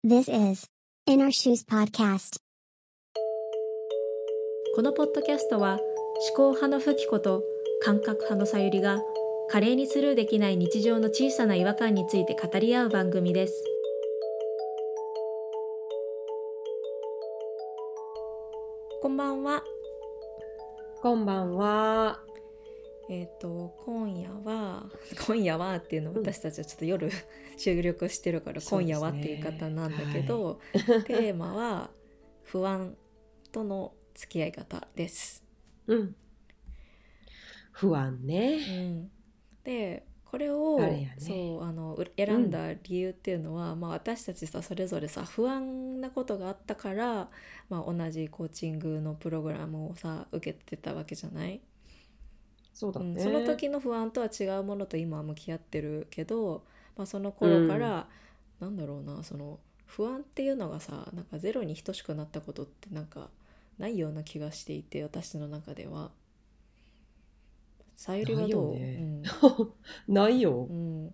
This is In Our Shoes Podcast. このポッドキャストは思考派のフキコと感覚派のさゆりが華麗にスルーできない日常の小さな違和感について語り合う番組です。こんばんは。 こんばんは。 今夜はっていうのを私たちはちょっと夜収録してるから今夜はっていう方なんだけど、テーマは不安との付き合い方です。 不安ね。 でこれを、選んだ理由っていうのは、私たちさそれぞれさ不安なことがあったから、同じコーチングのプログラムをさ受けてたわけじゃない。 そうだね。 その時の不安とは違うものと今は向き合ってるけど、その頃から、なんだろうな、その不安っていうのがさなんかゼロに等しくなったことってなんかないような気がしていて、私の中では。さゆりはどう？ ないよ。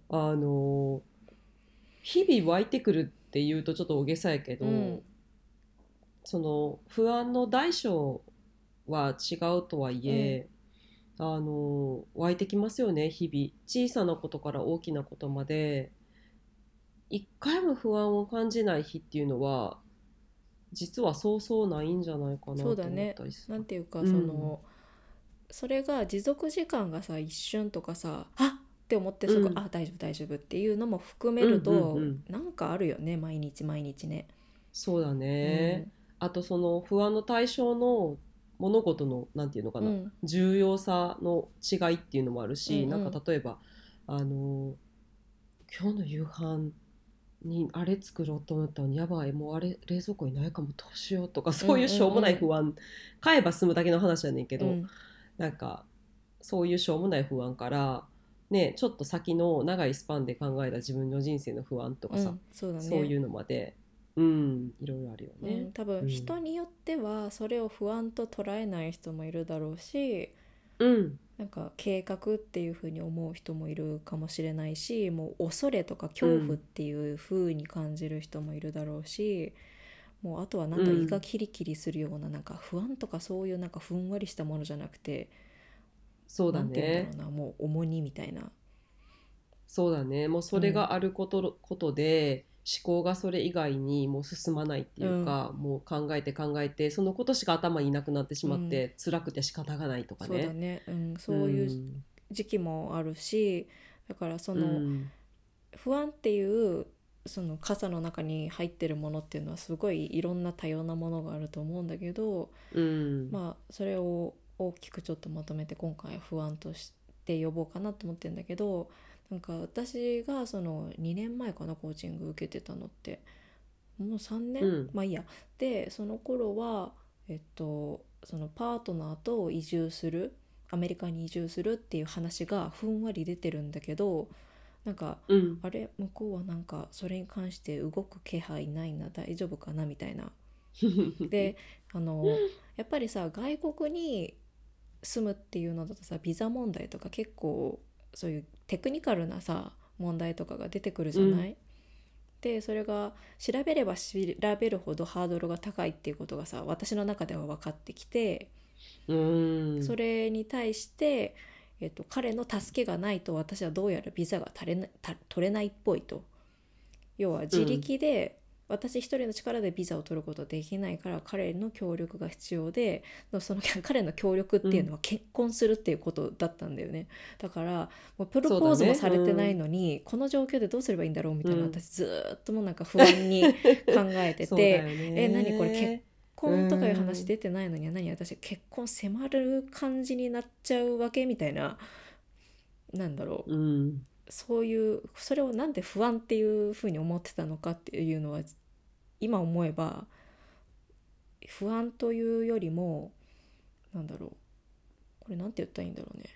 日々湧いてくるっていうとちょっと大げさやけど、その不安の大小は違うとはいえ、湧いてきますよね。日々小さなことから大きなことまで一回も不安を感じない日っていうのは実はそうそうないんじゃないかなと思ったりする。 なんていうか、それが持続時間がさ一瞬とかさあって思ってあ大丈夫大丈夫っていうのも含めると、なんかあるよね、毎日毎日ね。 そうだね、あとその不安の対象の物事のなんていうのかな、重要さの違いっていうのもあるし、なんか例えば今日の夕飯にあれ作ろうと思ったのにやばいもうあれ冷蔵庫にないかもどうしようとか、そういうしょうもない不安、買えば済むだけの話やねんけど、なんかそういうしょうもない不安からね、ちょっと先の長いスパンで考えた自分の人生の不安とかさ、そういうのまでいろいろあるよね。 多分人によってはそれを不安と捉えない人もいるだろうし、なんか計画っていう風に思う人もいるかもしれないし、もう恐れとか恐怖っていう風に感じる人もいるだろうし、もうあとはなんか胃がキリキリするような、なんか不安とかそういうなんかふんわりしたものじゃなくて、 そうだね、 なんて言うんだろうな、もう重荷みたいな。 そうだね、もうそれがあることで、思考がそれ以外にもう進まないっていうか、もう考えてそのことしか頭になくなってしまって、辛くて仕方がないとかね。 そうだね、そういう時期もあるし、だからその、不安っていうその傘の中に入ってるものっていうのはすごいいろんな多様なものがあると思うんだけど、それを大きくちょっとまとめて今回は不安として呼ぼうかなと思ってるんだけど、なんか私がその2年前かなコーチング受けてたのってもう3年、いいや。でその頃はそのパートナーと移住する、アメリカに移住するっていう話がふんわり出てるんだけど、なんか、あれ向こうはなんかそれに関して動く気配ないな、大丈夫かなみたいな。でやっぱりさ外国に住むっていうのだとさビザ問題とか結構そういうテクニカルなさ問題とかが出てくるじゃない。でそれが調べれば調べるほどハードルが高いっていうことがさ私の中では分かってきて、それに対して、彼の助けがないと私はどうやらビザが取れないっぽいと。要は自力で、私一人の力でビザを取ることはできないから彼の協力が必要で、その彼の協力っていうのは結婚するっていうことだったんだよね。だからもうプロポーズもされてないのに、この状況でどうすればいいんだろうみたいな、私ずっともうなんか不安に考えてて何これ結婚とかいう話出てないのに何私結婚迫る感じになっちゃうわけみたいな、なんだろう、そういうそれをなんで不安っていうふうに思ってたのかっていうのは今思えば不安というよりもなんだろう、これなんて言ったらいいんだろうね、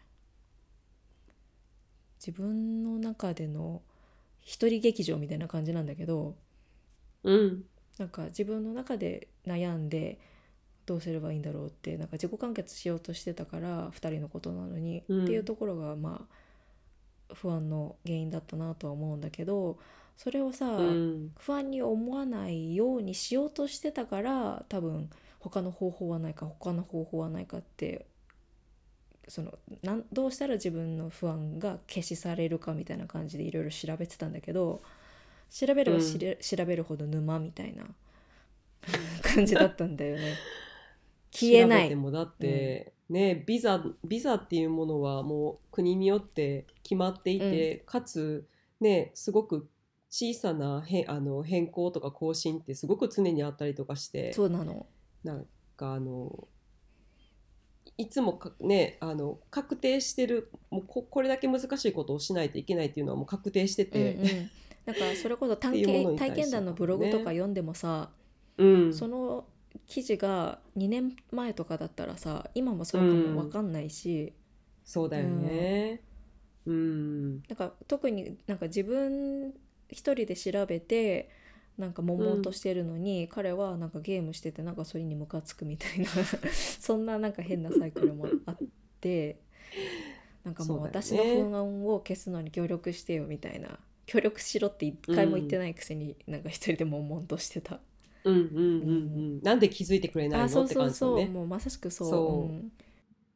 自分の中での一人劇場みたいな感じなんだけど、なんか自分の中で悩んでどうすればいいんだろうってなんか自己完結しようとしてたから2人のことなのに、っていうところが不安の原因だったなとは思うんだけど、 それをさ、不安に思わないようにしようとしてたから、多分他の方法はないかってどうしたら自分の不安が消し去れるかみたいな感じでいろいろ調べてたんだけど、調べれば調べるほど沼みたいな感じだったんだよね。消えない。 調べてもだって、ね、ビザっていうものはもう国によって決まっていて、かつね、すごく小さな変更とか更新ってすごく常にあったりとかして、 そうなの。 なんかいつもね、確定してる、もうこれだけ難しいことをしないといけないっていうのはもう確定してて、 だからそれこそ体験談のブログとか読んでもさ、その記事が2年前とかだったらさ、今もそうかも分かんないし、 そうだよね。 なんか特になんか自分一人で調べてなんか悶々としてるのに、彼はなんかゲームしててなんかそれにムカつくみたいなそんななんか変なサイクルもあって、なんかもう私の不安を消すのに協力してよみたいな、協力しろって一回も言ってないくせになんか一人で悶々としてた。 なんで気づいてくれないのって感じだね。 もうまさしくそう。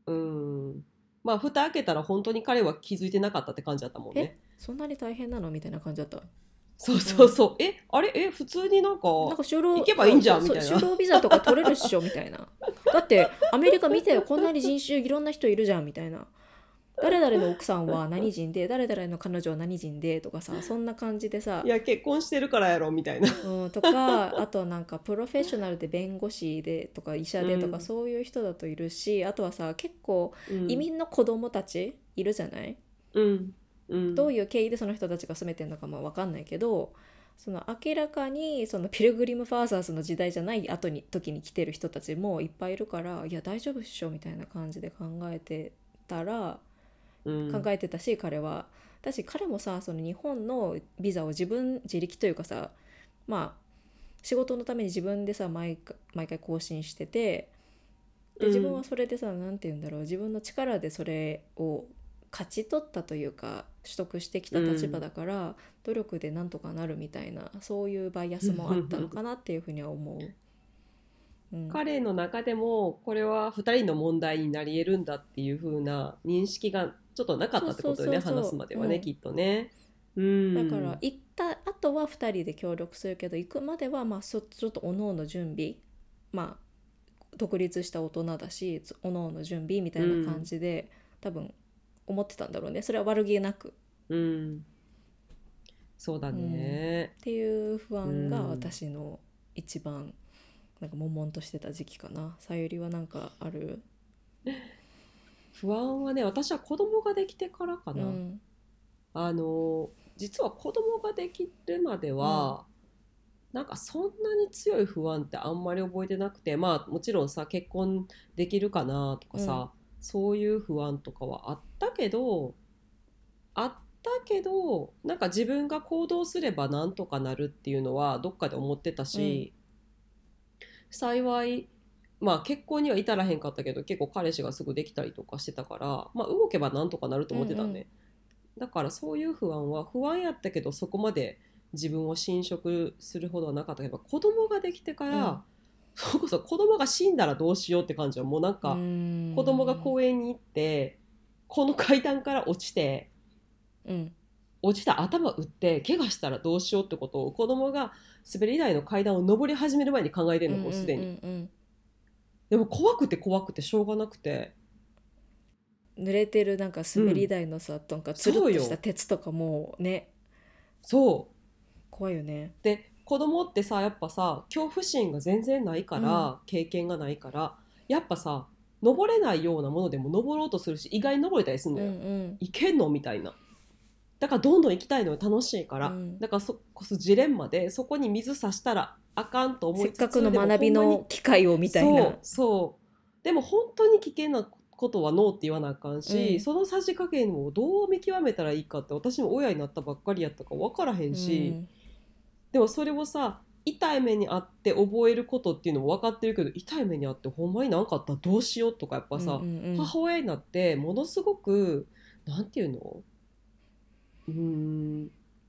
まあ蓋開けたら本当に彼は気づいてなかったって感じだったもんね。 そんなに大変なのみたいな感じだった。 そう、あれ普通になんか行けばいいんじゃんみたいな。 就労ビザとか取れるっしょみたいな。だってアメリカ見てよ、こんなに人種いろんな人いるじゃんみたいな。誰々の奥さんは何人で誰々の彼女は何人でとかさ、そんな感じでさ、 いや結婚してるからやろみたいな、 とか、あとなんかプロフェッショナルで弁護士でとか医者でとか、そういう人だといるし、あとはさ結構移民の子供たちいるじゃない、どういう経緯でその人たちが住めてるのかも分かんないけど、その明らかにそのピルグリム・ファーザーズの時代じゃない時に来てる人たちもいっぱいいるから、いや大丈夫っしょみたいな感じで考えてたし、彼は彼もさ、その日本のビザを自力というかさ、まあ仕事のために自分でさ毎回更新してて、で自分はそれでさ、なんて言うんだろう、自分の力でそれを勝ち取ったというか取得してきた立場だから、努力でなんとかなるみたいな、そういうバイアスもあったのかなっていうふうには思う。 彼の中でもこれは2人の問題になり得るんだっていう風な認識がちょっとなかったってことよね、話すまではね、きっとね。 だから行った後は2人で協力するけど、行くまではまあちょっとおのおの準備、まあ独立した大人だしおのおの準備みたいな感じで、多分思ってたんだろうね。それは悪気なく。 そうだね、 っていう不安が私の一番なんか悶々としてた時期かな。さゆりはなんかある？ 不安はね、私は子供ができてからかな。実は子供ができるまでは、なんかそんなに強い不安ってあんまり覚えてなくて、まあもちろんさ、結婚できるかなとかさ、そういう不安とかはあったけどなんか自分が行動すればなんとかなるっていうのはどっかで思ってたし、幸いまあ結婚には至らへんかったけど、結構彼氏がすぐできたりとかしてたから、まあ動けばなんとかなると思ってたね。だからそういう不安は不安やったけど、そこまで自分を侵食するほどはなかったけど、子供ができてから、それこそ子供が死んだらどうしようって感じは、もうなんか子供が公園に行ってこの階段から落ちて、落ちた頭打って怪我したらどうしようってことを子供が滑り台の階段を上り始める前に考えてるの、もうすでに。でも怖くてしょうがなくて、 濡れてるなんか滑り台のさ、なんかつるっとした鉄とかもね、そう怖いよね。 で子供ってさ、やっぱさ恐怖心が全然ないから、経験がないから、やっぱさ登れないようなものでも登ろうとするし、意外に登れたりするのよ、いけんのみたいな。だからどんどん行きたいのよ、楽しいから、だからそこそジレンマで、そこに水さしたらあかんと思いつつ、 せっかくの学びの機会をみたいな。 そうでも本当に危険なことはノーって言わなあかんし、そのさじ加減をどう見極めたらいいかって、私も親になったばっかりやったから分からへんし、でもそれをさ、痛い目にあって覚えることっていうのも分かってるけど、痛い目にあってほんまに何かあったらどうしようとか、やっぱさ、母親になってものすごくなんていうの、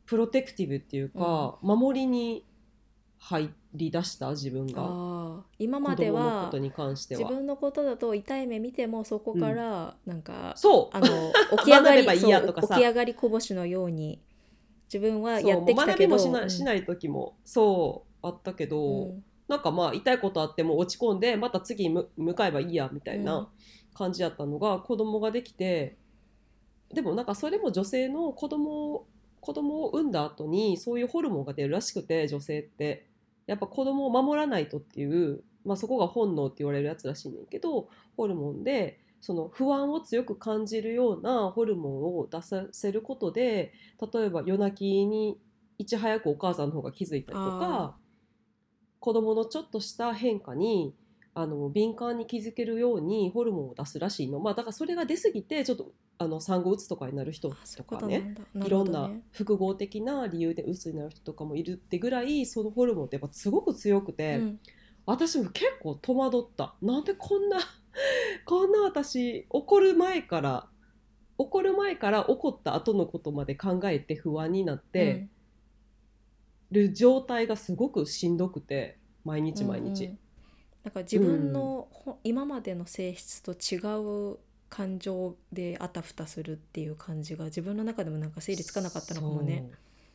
プロテクティブっていうか、守りに入り出した自分が、 今まで子供のこはとに関しては自分のことだと痛い目見てもそこからなんか、 そう起き上がり学べばいいやとかさ、 起き上がりこぼしのように自分はやってきた学けど、 びもしない時もそうあったけど、なんかまあ痛いことあっても落ち込んでまた次向かえばいいやみたいな感じやったのが、子供ができて、でもなんかそれも女性の子供を産んだ後にそういうホルモンが出るらしくて、女性ってやっぱ子供を守らないとっていう、まあ、そこが本能って言われるやつらしいねんけど、ホルモンでその不安を強く感じるようなホルモンを出させることで、例えば夜泣きにいち早くお母さんの方が気づいたりとか、子供のちょっとした変化に敏感に気づけるようにホルモンを出すらしいの。まあだからそれが出過ぎてちょっと産後うつとかになる人とかね、いろんな複合的な理由でうつになる人とかもいるってぐらい、そのホルモンってやっぱすごく強くて、私も結構戸惑った。なんでこんな私怒る前から起こった後のことまで考えて不安になってる状態がすごくしんどくて、毎日毎日、 なんか自分の、今までの性質と違う感情であたふたするっていう感じが自分の中でもなんか整理つかなかったのかもね。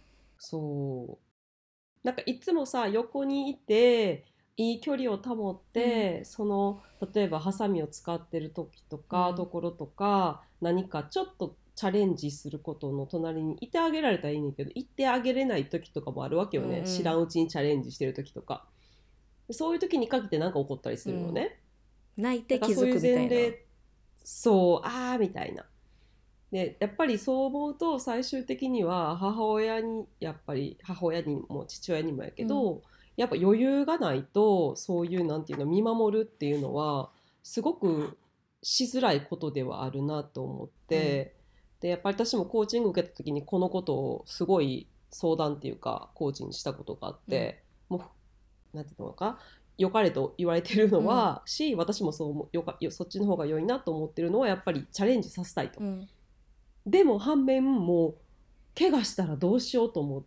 そうなんかいつもさ横にいていい距離を保って、その例えばハサミを使ってる時とか、ところとか何かちょっとチャレンジすることの隣にいてあげられたらいいねんけど、いてあげれない時とかもあるわけよね、知らんうちにチャレンジしてる時とか、そういう時に限って何か起こったりするのね、 泣いて気づくみたいな。 そうあーみたいな。でやっぱりそう思うと最終的には母親にも父親にもやけど、やっぱ余裕がないとそういうなんていうの見守るっていうのはすごくしづらいことではあるなと思って、でやっぱり私もコーチング受けた時にこのことをすごい相談っていうかコーチにしたことがあって、もうなんていうのか良かれと言われてるのは、私もそっちの方が良いなと思ってるのはやっぱりチャレンジさせたいと。でも反面もう怪我したらどうしようと思って、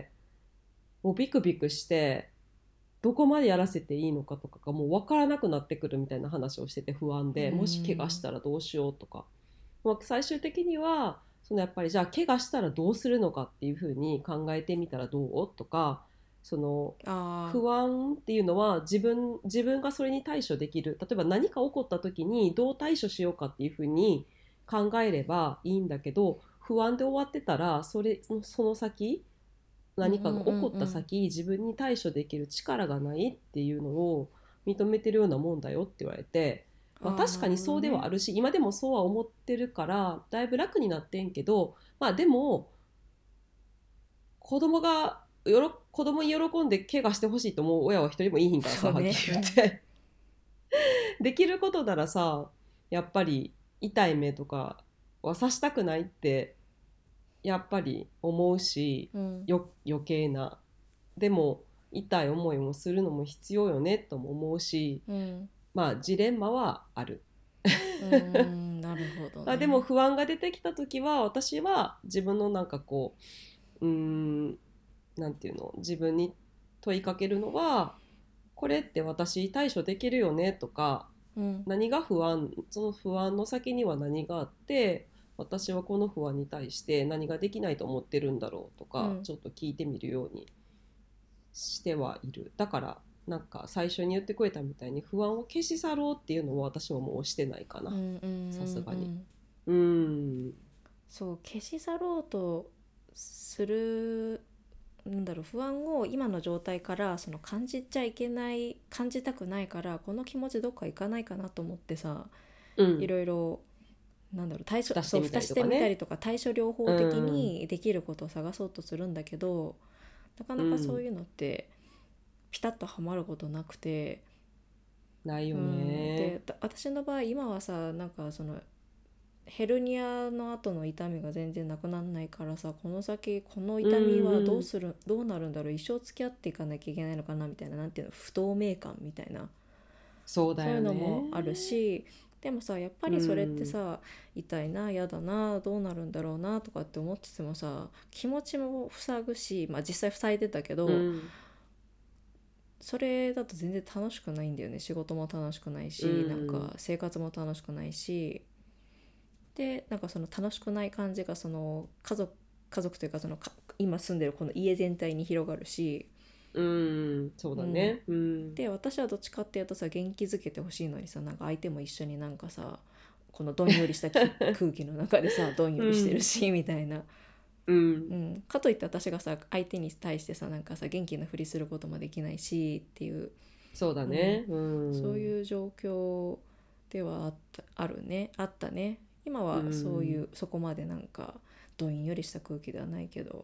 もうビクビクしてどこまでやらせていいのかとかがもう分からなくなってくるみたいな話をしてて、不安で、もし怪我したらどうしようとか、まあ、最終的にはやっぱりじゃあ怪我したらどうするのかっていうふうに考えてみたらどうとか、その不安っていうのは自分がそれに対処できる、例えば何か起こった時にどう対処しようかっていうふうに考えればいいんだけど、不安で終わってたらその先何かが起こった先、自分に対処できる力がないっていうのを認めてるようなもんだよって言われて、まあ、確かにそうではあるし、今でもそうは思ってるからだいぶ楽になってんけど、まあでも子供に喜んで怪我してほしいと思う親は一人もいいひんからさ、はっきり言ってできることならさ、やっぱり痛い目とかはさしたくないってやっぱり思うし、余計な、でも痛い思いもするのも必要よねとも思うし、まあジレンマはある。 なるほどね。 でも不安が出てきた時は私は自分のなんかこうなんていうの、自分に問いかけるのは、これって私対処できるよねとか、何がその不安の先には何があって私はこの不安に対して何ができないと思ってるんだろうとか、ちょっと聞いてみるようにしてはいる。だからなんか最初に言ってくれたみたいに不安を消し去ろうっていうのは私はもうしてないかな、さすがに。 そう消し去ろうとする不安を今の状態から感じちゃいけない、感じたくないから、この気持ちどっか行かないかなと思ってさ、いろいろ対処蓋してみたりとか対処療法的にできることを探そうとするんだけど、なかなかそういうのってピタッとはまることなくて、 ないよね。 で私の場合今はさ、なんかヘルニアの後の痛みが全然なくならないからさ、この先この痛みはどうなるんだろう、一生付き合っていかなきゃいけないのかなみたいな、なんていうの、不透明感みたいな、 そうだよね、 そういうのもあるし、 でもさやっぱりそれってさ、痛いな嫌だなどうなるんだろうなとかって思っててもさ気持ちも塞ぐし、まあ実際塞いでたけど、それだと全然楽しくないんだよね。仕事も楽しくないし、なんか生活も楽しくないし、でなんかその楽しくない感じがその家族というかその今住んでるこの家全体に広がるし、 そうだね、 で私はどっちかっていうとさ元気づけてほしいのにさなんか相手も一緒になんかさこのどんよりした空気の中でさどんよりしてるし、みたいな、かといって私がさ相手に対してさなんかさ元気なふりすることもできないしっていう、 そうだね、 そういう状況ではあったね。今はそういう、そこまでなんかどんよりした空気ではないけど、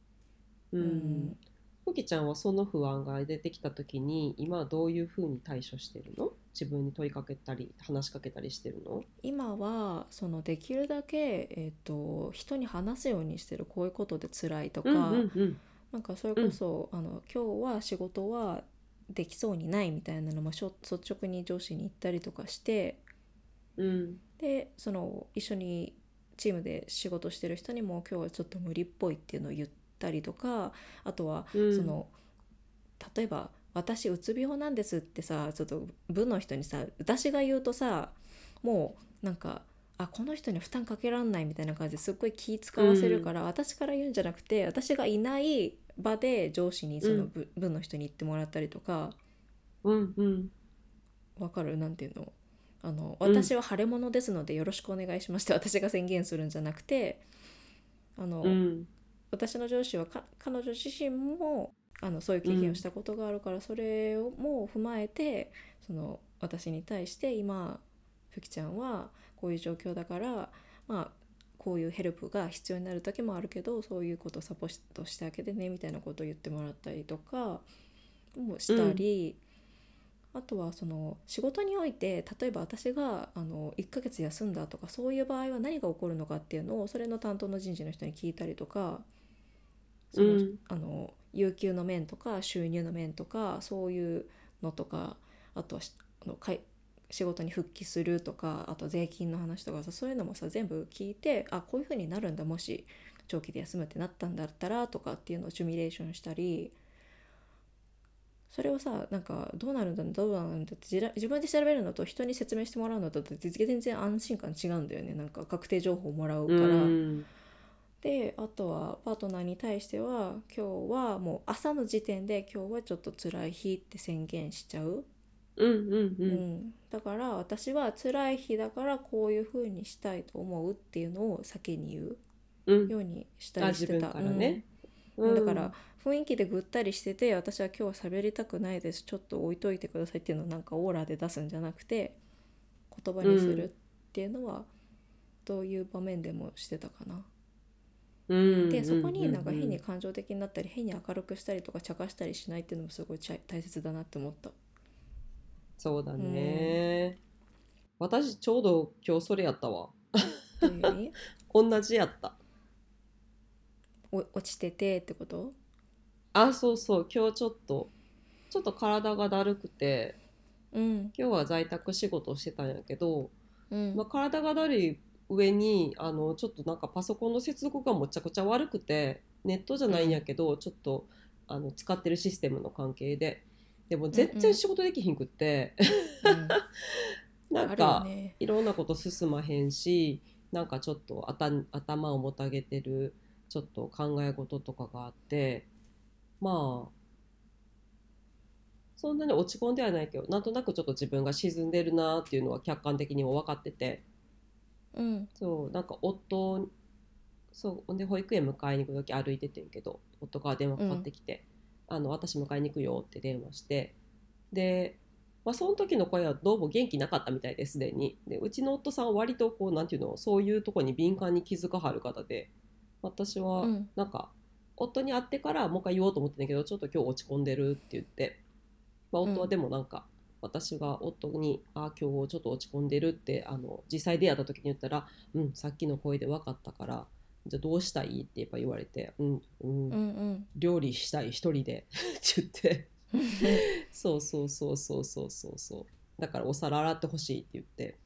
ふきちゃんはその不安が出てきた時に今はどういうふうに対処してるの？自分に問いかけたり話しかけたりしてるの？ 今はそのできるだけ、人に話すようにしてる。こういうことで辛いとか、なんかそれこそ、今日は仕事はできそうにないみたいなのも率直に上司に言ったりとかして、でその一緒にチームで仕事してる人にも今日はちょっと無理っぽいっていうのを言ったりとか、あとはその、例えば私うつ病なんですってさちょっと部の人にさ私が言うとさもうなんかこの人に負担かけらんないみたいな感じですっごい気使わせるから、私から言うんじゃなくて私がいない場で上司にその部の人に言ってもらったりとか、わかる？なんていうの、私は腫れ物ですのでよろしくお願いしますって私が宣言するんじゃなくて、私の上司は彼女自身もそういう経験をしたことがあるから、それをも踏まえてその私に対して今ふきちゃんはこういう状況だから、まあこういうヘルプが必要になる時もあるけどそういうことをサポートしてあげてねみたいなことを言ってもらったりとかもしたり、あとはその仕事において例えば私が1ヶ月休んだとかそういう場合は何が起こるのかっていうのをそれの担当の人事の人に聞いたりとか、その有給の面とか収入の面とかそういうのとか、あとは仕事に復帰するとか、あと税金の話とかさそういうのもさ全部聞いて、こういう風になるんだもし長期で休むってなったんだったらとかっていうのをシミュレーションしたり、それをさなんかどうなるんだって自分で調べるのと人に説明してもらうのと全然安心感違うんだよね。なんか確定情報をもらうから、であとはパートナーに対しては今日はもう朝の時点で今日はちょっと辛い日って宣言しちゃう、だから私は辛い日だからこういう風にしたいと思うっていうのを先に言うようにしたりしてた、 自分からね、 だから雰囲気でぐったりしてて私は今日は喋りたくないですちょっと置いといてくださいっていうのをなんかオーラで出すんじゃなくて言葉にするっていうのはどういう場面でもしてたかな。でそこになんか変に感情的になったり変に明るくしたりとか茶化したりしないっていうのもすごい大切だなって思った。 そうだね、私ちょうど今日それやったわ。 どういう意味？ 同じやった。 落ちててってこと？ そうそう、今日ちょっと体がだるくて、今日は在宅仕事をしてたんやけど、体がだるい上にちょっとなんかパソコンの接続がむちゃくちゃ悪くて、ネットじゃないんやけど、ちょっと使ってるシステムの関係でも全然仕事できひんくって、なんかいろんなこと進まへんし、なんかちょっと頭をもたげてるちょっと考え事とかがあって、まあそんなに落ち込んではないけど、なんとなくちょっと自分が沈んでるなっていうのは客観的にも分かってて、そうなんかそうで保育園迎えに行く時歩いててんけど、夫から電話かかってきて、私迎えに行くよって電話して、で、その時の声はどうも元気なかったみたいですでに。でうちの夫さんは割とこうなんていうの、そういうとこに敏感に気づかはる方で、私はなんか、夫に会ってからもう一回言おうと思ってんだけど、ちょっと今日落ち込んでるって言って、夫はでもなんか、私が夫に今日ちょっと落ち込んでるって実際出会った時に言ったら、さっきの声で分かったからじゃあどうしたいってやっぱ言われて、料理したい一人でって言ってそうだからお皿洗ってほしいって言って、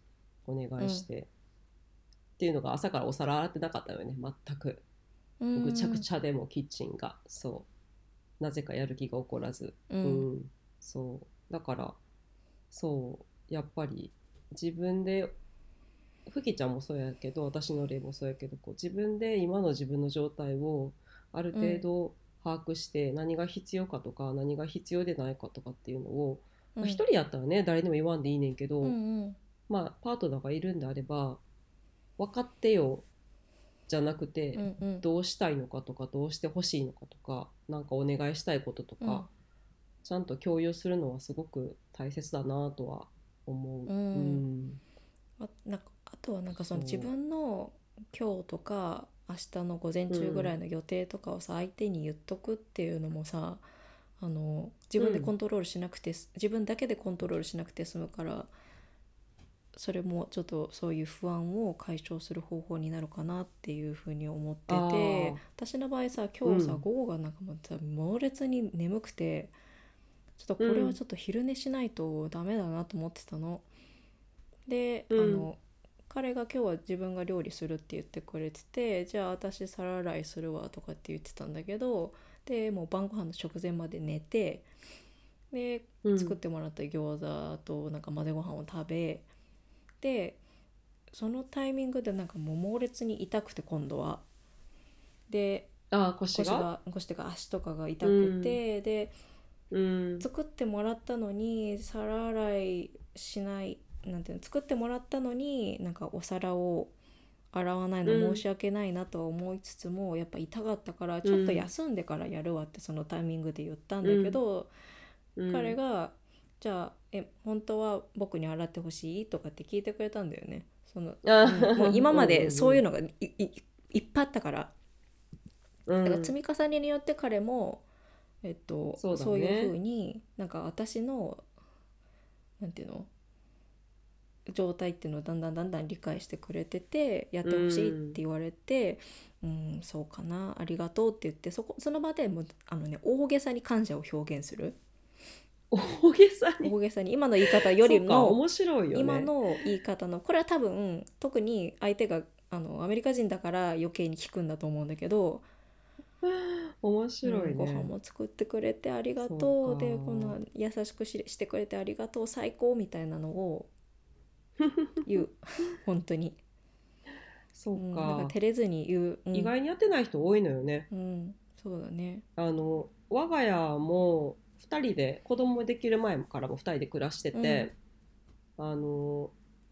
お願いして、っていうのが朝からお皿洗ってなかったよね全く。ぐちゃぐちゃでもキッチンがそうなぜかやる気が起こらず、そうだからそうやっぱり自分でふきちゃんもそうやけど私の例もそうやけどこう自分で今の自分の状態をある程度把握して何が必要かとか何が必要でないかとかっていうのを、一人やったらね誰にも言わんでいいねんけど、まあパートナーがいるんであれば分かってよじゃなくて、どうしたいのかとかどうしてほしいのかとかなんかお願いしたいこととか、ちゃんと共有するのはすごく大切だなとは思う。 あとはなんかその自分の今日とか明日の午前中ぐらいの予定とかをさ、相手に言っとくっていうのもさ自分でコントロールしなくて、自分だけでコントロールしなくて済むから、それもちょっとそういう不安を解消する方法になるかなっていうふうに思ってて、私の場合さ今日さ、午後がなんかもうさ猛烈に眠くて、ちょっとこれはちょっと昼寝しないとダメだなと思ってたの。で、彼が今日は自分が料理するって言ってくれてて、じゃあ私皿洗いするわとかって言ってたんだけど、でもう晩ご飯の直前まで寝て、で作ってもらった餃子となんか混ぜご飯を食べで、そのタイミングでなんかもう猛烈に痛くて今度はで腰っていうか足とかが痛くて、で作ってもらったのに皿洗いしないなんていうの、作ってもらったのになんかお皿を洗わないの申し訳ないなとは思いつつも、やっぱ痛かったからちょっと休んでからやるわってそのタイミングで言ったんだけど、彼がじゃあ本当は僕に洗ってほしいとかって聞いてくれたんだよね。もう今までそういうのがいっぱいあったから、だから積み重ねによって彼もそういう風になんか私のなんていうの状態っていうのをだんだん理解してくれてて、やってほしいって言われて、そうかなありがとうって言って、その場でもう大げさに感謝を表現する。 大げさに今の言い方よりも面白いよね、 今の言い方のこれは多分特に相手がアメリカ人だから余計に聞くんだと思うんだけど、 面白いね、 ご飯も作ってくれてありがとうで、この優しくしてくれてありがとう最高みたいなのを言う本当にそうか、 なんか照れずに言う、 意外にやってない人多いのよね。 そうだね。 我が家も2人で子供できる前からも2人で暮らしてて、多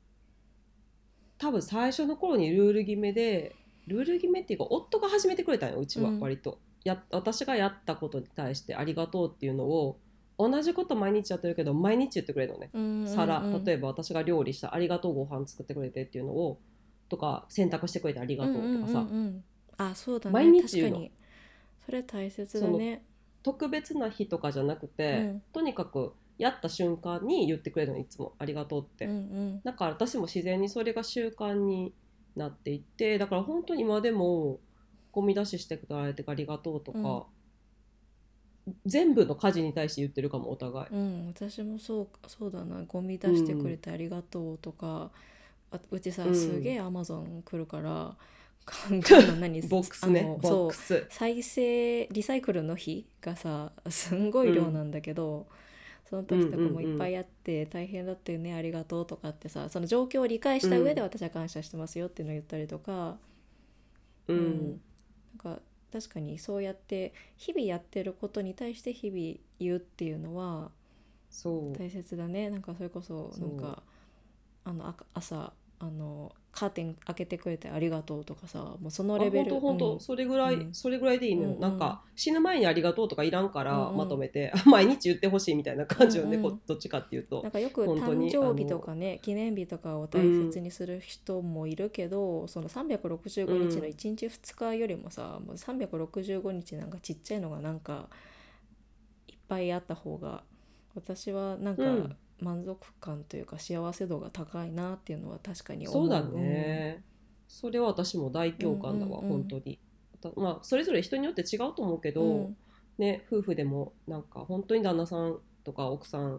分最初の頃にルール決めっていうか夫が始めてくれたのよ、うちは割と、私がやったことに対してありがとうっていうのを同じこと毎日やってるけど毎日言ってくれるのね、例えば私が料理したありがとうご飯作ってくれてっていうのをとか洗濯してくれてありがとうとかさ、 あそうだね、 毎日言うの。 確かにそれ大切だね。 特別な日とかじゃなくて、とにかくやった瞬間に言ってくれるのいつもありがとうって、だから私も自然にそれが習慣になっていって、だから本当に今でもゴミ出ししてくれてありがとうとか、全部の家事に対して言ってるかもお互い。 私もそうだな、ゴミ出してくれてありがとうとか、うちさすげえアマゾン来るから何ボックスね、ボックス再生リサイクルの日がさすんごい量なんだけど、その時とかもいっぱいあって大変だったよねありがとうとかってさ、その状況を理解した上で私は感謝してますよっていうのを言ったりとか、なんか確かにそうやって日々やってることに対して日々言うっていうのは大切だね。なんかそれこそなんか朝カーテン開けてくれてありがとうとかさ、もうそのレベル、 本当、それぐらいでいいのよ、なんか死ぬ前にありがとうとかいらんから、まとめて毎日言ってほしいみたいな感じよね、どっちかっていうと。 なんかよく誕生日とかね記念日とかを大切にする人もいるけど、その365日の1日2日よりもさ、もう365日なんかちっちゃいのがなんかいっぱいあった方が私はなんか、満足感というか幸せ度が高いなっていうのは確かに思う。 そうだね、それは私も大共感だわ、本当に。まあそれぞれ人によって違うと思うけど、ね、夫婦でもなんか本当に旦那さんとか奥さん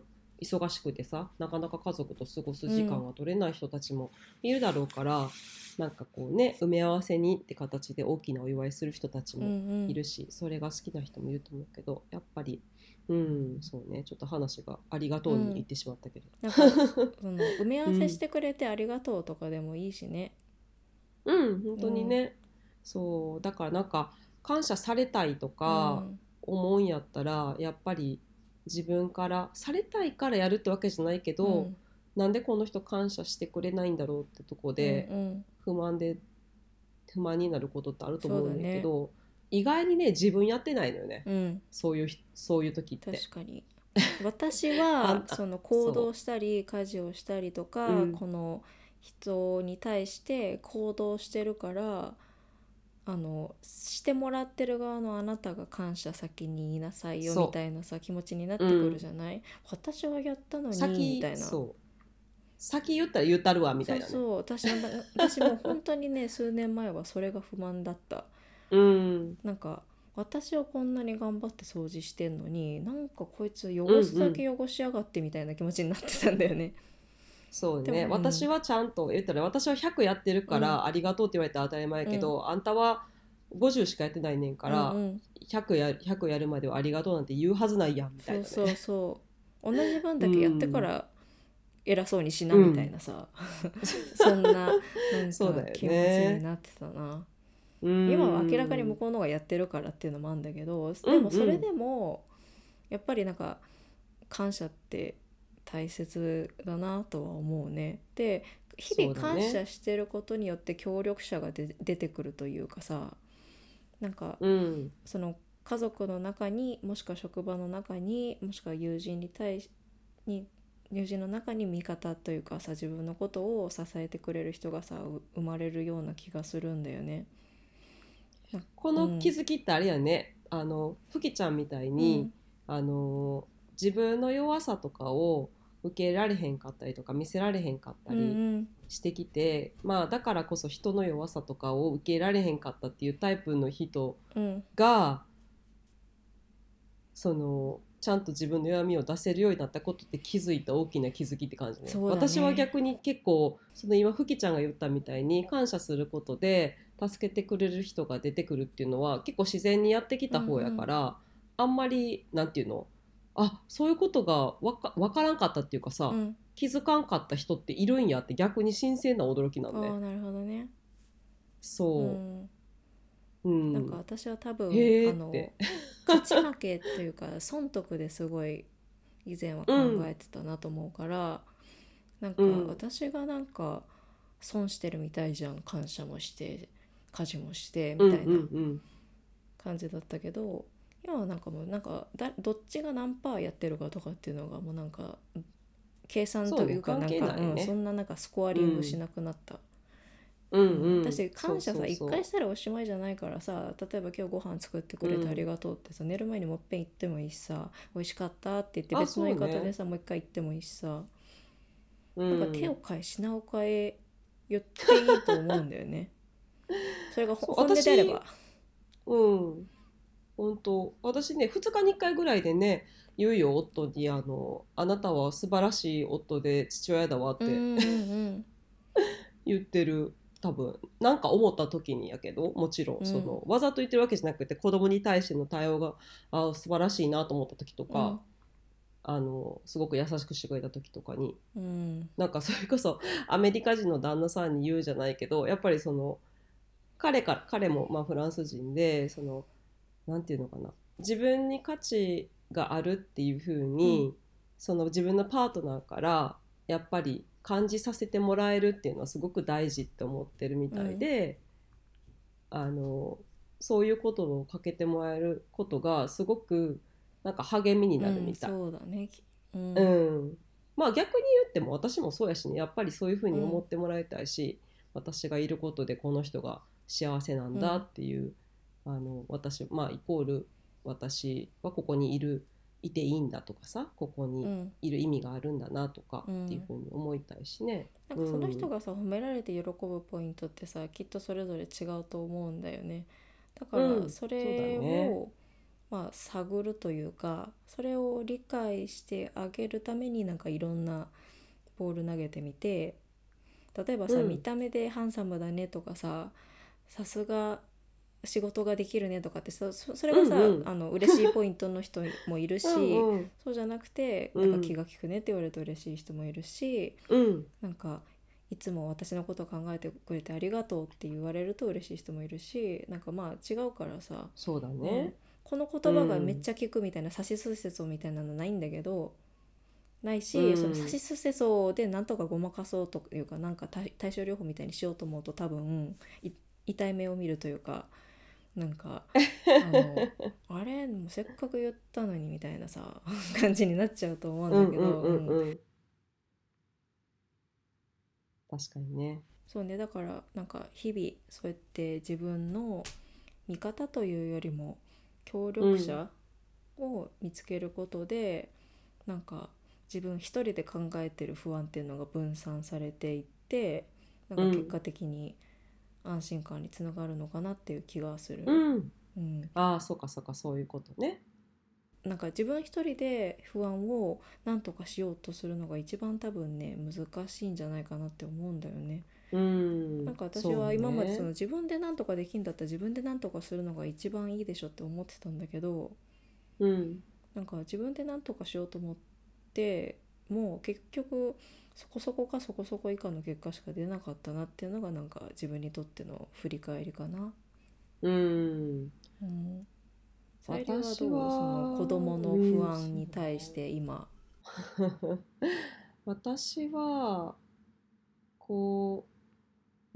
忙しくてさ、なかなか家族と過ごす時間が取れない人たちもいるだろうから、なんかこうね、埋め合わせにって形で大きなお祝いする人たちもいるし、それが好きな人もいると思うけど、やっぱりそうね、ちょっと話がありがとうに言ってしまったけど、 なんかその埋め合わせしてくれてありがとうとかでもいいしね。 本当にね、そうだからなんか感謝されたいとか思うんやったら、やっぱり自分からされたいからやるってわけじゃないけど、なんでこの人感謝してくれないんだろうってとこで、不満になることってあると思うんだけど、意外にね自分やってないのよね、そういう時って。 確かに私はその行動したり家事をしたりとか、この人に対して行動してるから、してもらってる側のあなたが感謝先に言いなさいよみたいなさ気持ちになってくるじゃない、私はやったのにみたいな。 先言ったら言ったるわみたいなね。 そう私も本当にね数年前はそれが不満だった。なんか私はこんなに頑張って掃除してんのに、なんかこいつ汚すだけ汚しやがってみたいな気持ちになってたんだよね。 そうね、私はちゃんと言ったら、私は100やってるからありがとうって言われたら当たり前やけど、あんたは50しかやってないねんから、100やるまではありがとうなんて言うはずないやんみたいなね。 そう同じ分だけやってから偉そうにしなみたいなさ、そんななんか気持ちになってたな。今は明らかに向こうの方がやってるからっていうのもあるんだけど、でもそれでもやっぱりなんか感謝って大切だなとは思うね。で日々感謝してることによって協力者が出てくるというかさ、なんか、その家族の中にもしくは職場の中にもしくは友人の中に味方というかさ、自分のことを支えてくれる人がさ生まれるような気がするんだよね。 この気づきってあれやね、ふきちゃんみたいに、自分の弱さとかを受けられへんかったりとか見せられへんかったりしてきて、だからこそ人の弱さとかを受けられへんかったっていうタイプの人が、そのちゃんと自分の弱みを出せるようになったことって気づいた大きな気づきって感じね。私は逆に結構その今ふきちゃんが言ったみたいに感謝することで助けてくれる人が出てくるっていうのは結構自然にやってきた方やから、あんまりなんていうの、そういうことがわからんかったっていうかさ、気づかんかった人っているんやって逆に新鮮な驚きなんね。 なるほどね。 そう、 なんか私は多分勝ち負けというか損得ですごい以前は考えてたなと思うから、なんか私がなんか損してるみたいじゃん、感謝もして家事もしてみたいな感じだったけど、今はなんかもうなんかどっちが何パーやってるかとかっていうのがもうなんか計算というか、なんかそんななんかスコアリングしなくなった。私感謝さ一回したらおしまいじゃないからさ、例えば今日ご飯作ってくれてありがとうってさ、寝る前にもっぺん言ってもいいしさ、美味しかったって言って別の言い方でさ、もう一回言ってもいいしさ、なんか手を変え品を変え言っていいと思うんだよね。それが本音であれば。 本当私ね2日に1回ぐらいでね言うよ、夫にあなたは素晴らしい夫で父親だわって言ってる。多分なんか思った時にやけど、もちろんその、わざと言ってるわけじゃなくて子供に対しての対応が素晴らしいなと思った時とか、すごく優しくしてくれた時とかに、なんかそれこそアメリカ人の旦那さんに言うじゃないけど、やっぱりその彼もフランス人で、そのなんていうのかな、自分に価値があるっていう風に、その自分のパートナーからやっぱり感じさせてもらえるっていうのはすごく大事って思ってるみたいで、そういうことをかけてもらえることがすごくなんか励みになるみたい。 そうだね。 まあ逆に言っても私もそうやしね、やっぱりそういうふうに思ってもらいたいし、私がいることでこの人が幸せなんだっていう、私イコール私はここにいていいんだとかさ、ここにいる意味があるんだなとかっていうふうに思いたいしね。 なんかその人がさ、褒められて喜ぶポイントってさ、きっとそれぞれ違うと思うんだよね。だからそれをまあ、探るというか、それを理解してあげるためになんかいろんなボール投げてみて、例えばさ、見た目でハンサムだねとかさ、さすが仕事ができるねとかってさ、それはさ、嬉しいポイントの人もいるしそうじゃなくて、なんか気が利くねって言われると嬉しい人もいるし、なんかいつも私のことを考えてくれてありがとうって言われると嬉しい人もいるし、なんかまあ違うからさ、 そうだね、 この言葉がめっちゃ効くみたいな、さしすせそみたいなのないんだけど、ないし、そのさしすせそでなんとかごまかそうというか、なんか対症療法みたいにしようと思うと多分痛い目を見るというか、なんかあれもうせっかく言ったのにみたいなさ感じになっちゃうと思うんだけど、 確かにね。 そうね、だからなんか日々そうやって自分の味方というよりも協力者を見つけることで、なんか自分一人で考えてる不安っていうのが分散されていって、なんか結果的に安心感につながるのかなっていう気がする。 ああ、そうかそうか、そういうことね。 なんか自分一人で不安を何とかしようとするのが一番多分ね難しいんじゃないかなって思うんだよね。なんか私は今までその自分で何とかできんだったら自分で何とかするのが一番いいでしょって思ってたんだけど、なんか自分で何とかしようと思ってもう結局そこそこかそこそこ以下の結果しか出なかったなっていうのがなんか自分にとっての振り返りかな。さゆりはどう？その子供の不安に対して今私はこう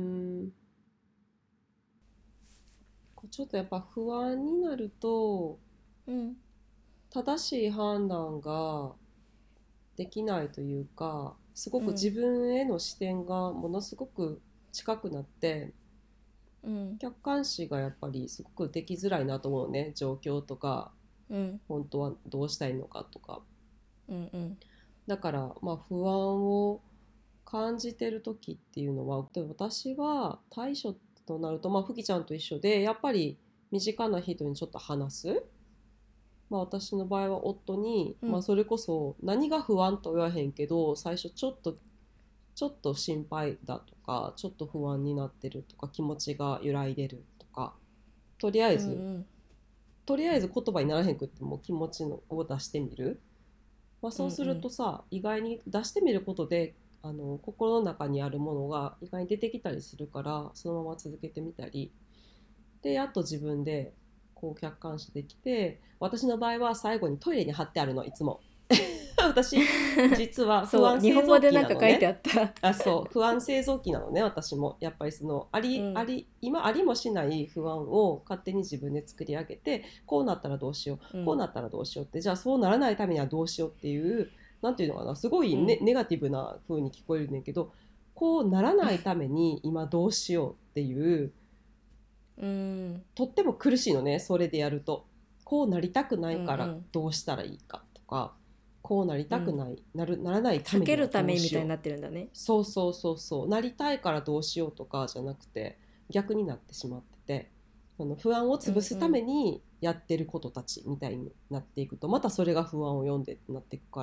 ちょっとやっぱ不安になると、正しい判断ができないというか、すごく自分への視点がものすごく近くなって、客観視がやっぱりすごくできづらいなと思うね。状況とか、本当はどうしたいのかとか、だからまあ不安を感じてる時っていうのは、で私は対処となると、ふきちゃんと一緒でやっぱり身近な人にちょっと話す。私の場合は夫に、それこそ何が不安とは言わへんけど、最初ちょっと心配だとか、ちょっと不安になってるとか、気持ちが揺らいでるとか、とりあえず言葉にならへんくっても気持ちを出してみる。そうするとさ、意外に出してみることで心の中にあるものが意外に出てきたりするから、そのまま続けてみたりで、やっと自分でこう客観視できて、私の場合は最後にトイレに貼ってあるの、いつも私実は不安製造機なのね。日本語でなんか書いてあったそう不安製造機なのね。私もやっぱりその今ありもしない不安を勝手に自分で作り上げて、こうなったらどうしよう、こうなったらどうしようって、じゃあそうならないためにはどうしようっていう、なんていうのかな、すごいネガティブな風に聞こえるんだけど、こうならないために今どうしようっていうとっても苦しいのね。それでやると、こうなりたくないからどうしたらいいかとか、こうなりたくない、ならないためにはどうしよう、避けるためみたいになってるんだね。そうなりたいからどうしようとかじゃなくて、逆になってしまってて、不安を潰すためにやってることたちみたいになっていくと、またそれが不安を呼んでってなっていくから、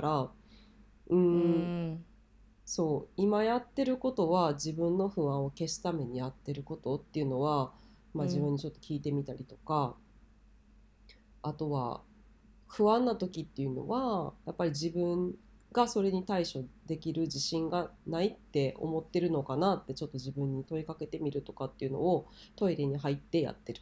そう今やってることは自分の不安を消すためにやってることっていうのは、自分にちょっと聞いてみたりとか、あとは不安な時っていうのはやっぱり自分がそれに対処できる自信がないって思ってるのかなって、ちょっと自分に問いかけてみるとかっていうのをトイレに入ってやってる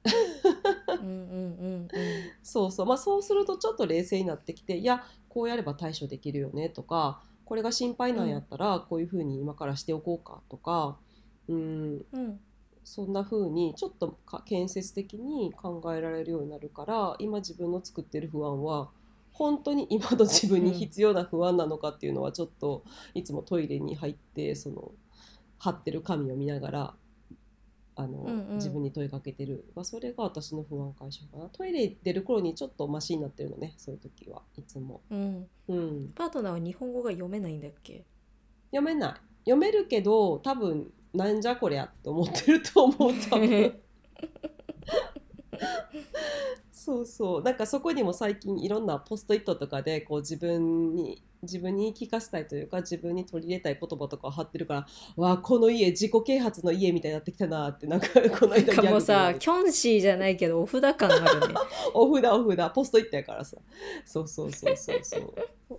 そうするとちょっと冷静になってきて、いやこうやれば対処できるよねとか、これが心配なんやったらこういうふうに今からしておこうかとか、そんな風にちょっと建設的に考えられるようになるから、今自分の作ってる不安は本当に今の自分に必要な不安なのかっていうのは、ちょっといつもトイレに入ってその貼ってる紙を見ながら自分に問いかけてる。それが私の不安解消かな。トイレ出る頃にちょっとマシになってるのね、そういう時はいつも。 パートナーは日本語が読めないんだっけ？ 読めない。読めるけど多分なんじゃこりゃって思ってると思う、多分そうそう、なんかそこにも最近いろんなポストイットとかでこう自分に言い聞かせたいというか自分に取り入れたい言葉とかを貼ってるから、わあこの家自己啓発の家みたいになってきたなって、なんかこの間ギャグで言わもうさ、 れて、 キョンシーじゃないけどお札感あるね。 お札ポストイットやからさ、そうそうそうそうそう、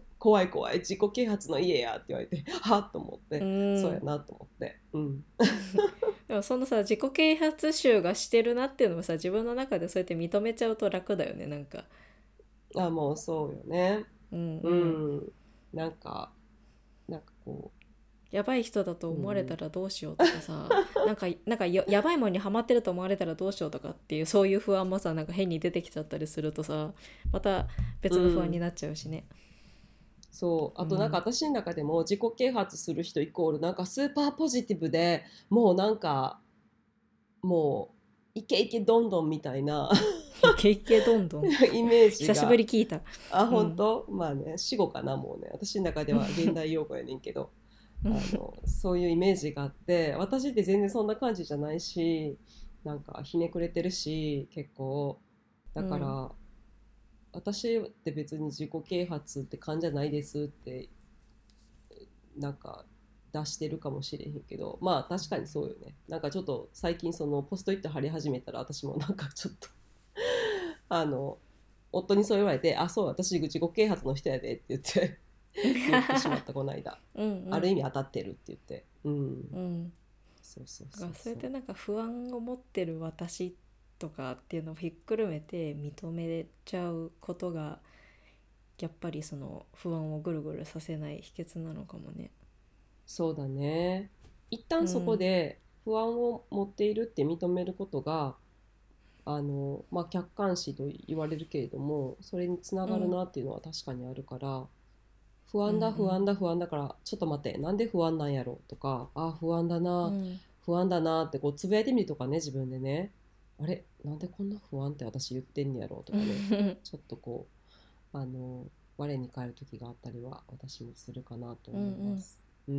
怖い怖い自己啓発の家やって言われてはっと思っうて、そうやん。 なと思って、うん、 でもそのさ、自己啓発集がしてるなっていうのもさ、自分の中でそうやって認めちゃうと楽だよね、なんか。 あもうそうよね、 うんううん。 ん、なんかこやばい人だとう、う思われたん、 らどうしようとかさ、やばいもんにハマってると思われたらどうしようとかっていう、そういう不安もさ、なんか変に出てきちゃったりするとさ、また別の不安にうん、 なっちゃうしね。 そうあとなんかうん。 私の中でも自己啓発する人イコールなんかスーパーポジティブでもうなんかもうイケイケどんどんみたいなイケイケどんどん。 イメージ久しぶが、 り聞いた。うん。 本当まあね死語かな、もうね私の中では現代用語やねんけど、そういうイメージがあって、私って全然そんな感じじゃないし、なんかひねくれてるし結構、だかうん。 ら私って別に自己啓発って感じじゃないですってなんか出してるかもしれへんけど、まあ確かにそうよね。なんかちょっと最近そのポストイット貼り始めたら私もなんかちょっとあの夫にそう言われて、あそう私自己啓発の人やでって言って言ってしまったこの間。 うんうあるん意味当たってるって言って、うん、 うん。 そうそうだからそれそうそう、 でなんか不安を持ってる私とかっていうのをひっくるめて認めちゃうことが、やっぱりその不安をぐるぐるさせない秘訣なのかもね。 そうだね。一旦そこうんで不安を持っているって認めることがまあ、客観視と言われるけれどもそれにつなうんがるなっていうのは確かにあるから、不うんう安だ不安んだ不安だからちょっと待ってなんで不安なんやろとか、不安だなうん不安だなってこうつぶやいてみるとかね、自分でね、あれなんでこんな不安って私言ってんねやろとかね、ちょっとこう我に返る時があったりは私もするかなとうんうん。 思います。うん、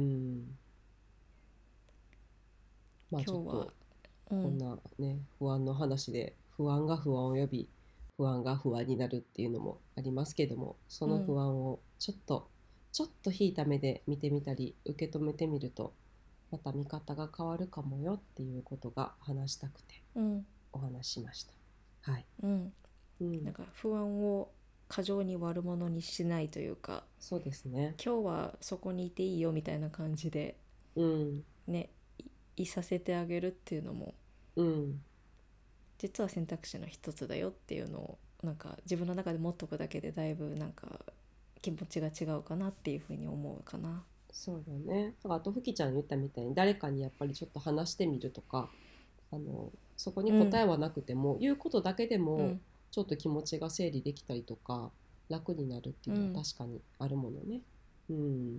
まあちょっ今日はとうんこんなね不安の話で不安が不安を呼び不安が不安になるっていうのもありますけども、そのうん不安をちょっと引いた目で見てみたり受け止めてみるとまた見方が変わるかもよっていうことが話したくてうんお話ししました。はい、 うん。 うん、 なんか不安を過剰に悪者にしないというか、 そうですね。 今日はそこにいていいよみたいな感じでうん、 ね、いさせてあげるっていうのもうん、 実は選択肢の一つだよっていうのをなんか自分の中で持っとくだけでだいぶなんか気持ちが違うかなっていうふうに思うかな。 そうだね。だからあとふきちゃん言ったみたいに誰かにやっぱりちょっと話してみるとか、そこに答うんえはなくても言うことだけでもうんちょっと気持ちが整理できたりとか楽になるっていうのはうん。 確かにあるものね。うん、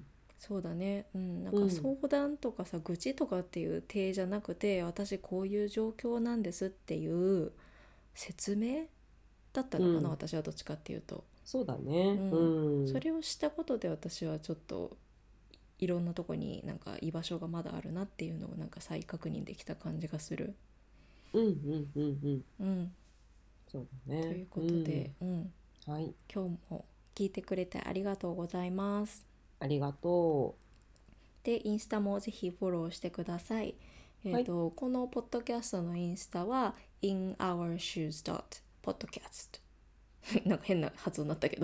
そうだね。うん。なんうん、 か相談とかさ、愚痴とかっていう体じゃなくて、私こういう状況なんですっていう説明だったのかな、 うん、 私はどっちかっていうと。 そうだね。ううん。そん、 れをしたことで私はちょっといろんなとこになんか居場所がまだあるなっていうのをなんか再確認できた感じがする。 うん、うん、うん、うん、 うん。 そうだね。 ということで、 うん、 うん。 はい、 今日も聞いてくれてありがとうございます。 ありがとで、インスタもぜひフォローしてください。 う。はい、 このポッドキャストのインスタは inourshoes.podcast なんか変な発音になったけど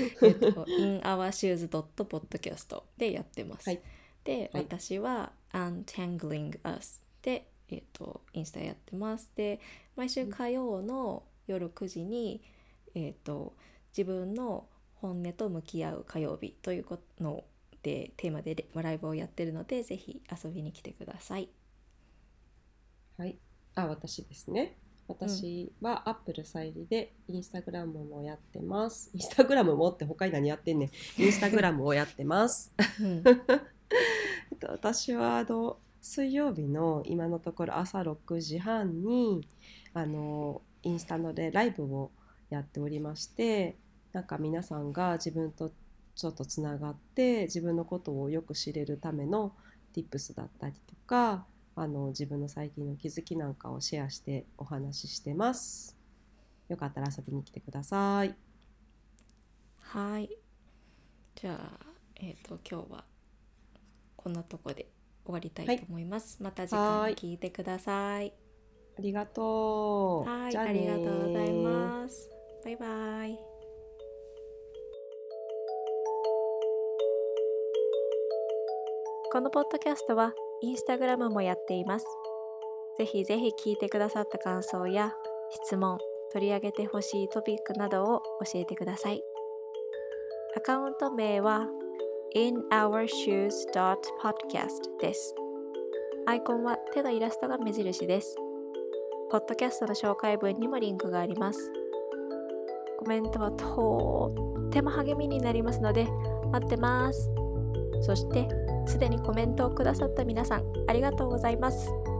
inourshoes.podcast でやってます。 はい、 で、 はい、 私は untangling us で、インスタやってます。で、毎週火曜の夜9時に、自分の本音と向き合う火曜日というのでテーマでライブをやってるので、ぜひ遊びに来てください。 はい。私ですね。 うん。 私はアップルさゆりでインスタグラムもやってます。インスタグラムもって他に何やってんねん。インスタグラムをやってます。 うん。 私は水曜日の今のところ朝6時半にインスタのでライブをやっておりまして、なんか皆さんが自分とちょっとつながって自分のことをよく知れるための Tips だったりとか、自分の最近の気づきなんかをシェアしてお話ししてます。 よかったら遊びに来てください。 はい。じゃあ、今日はこんなとこで終わりたいと思います。また次回聞いてください。 ありがとう。 はい、 じゃあね。 ありがとうございます。バイバイ。このポッドキャストはインスタグラムもやっています。ぜひぜひ聞いてくださった感想や質問、取り上げてほしいトピックなどを教えてください。アカウント名は inourshoes.podcast です。アイコンは手のイラストが目印です。ポッドキャストの紹介文にもリンクがあります。コメントはとっても励みになりますので待ってます。そしてすでにコメントをくださった皆さんありがとうございます。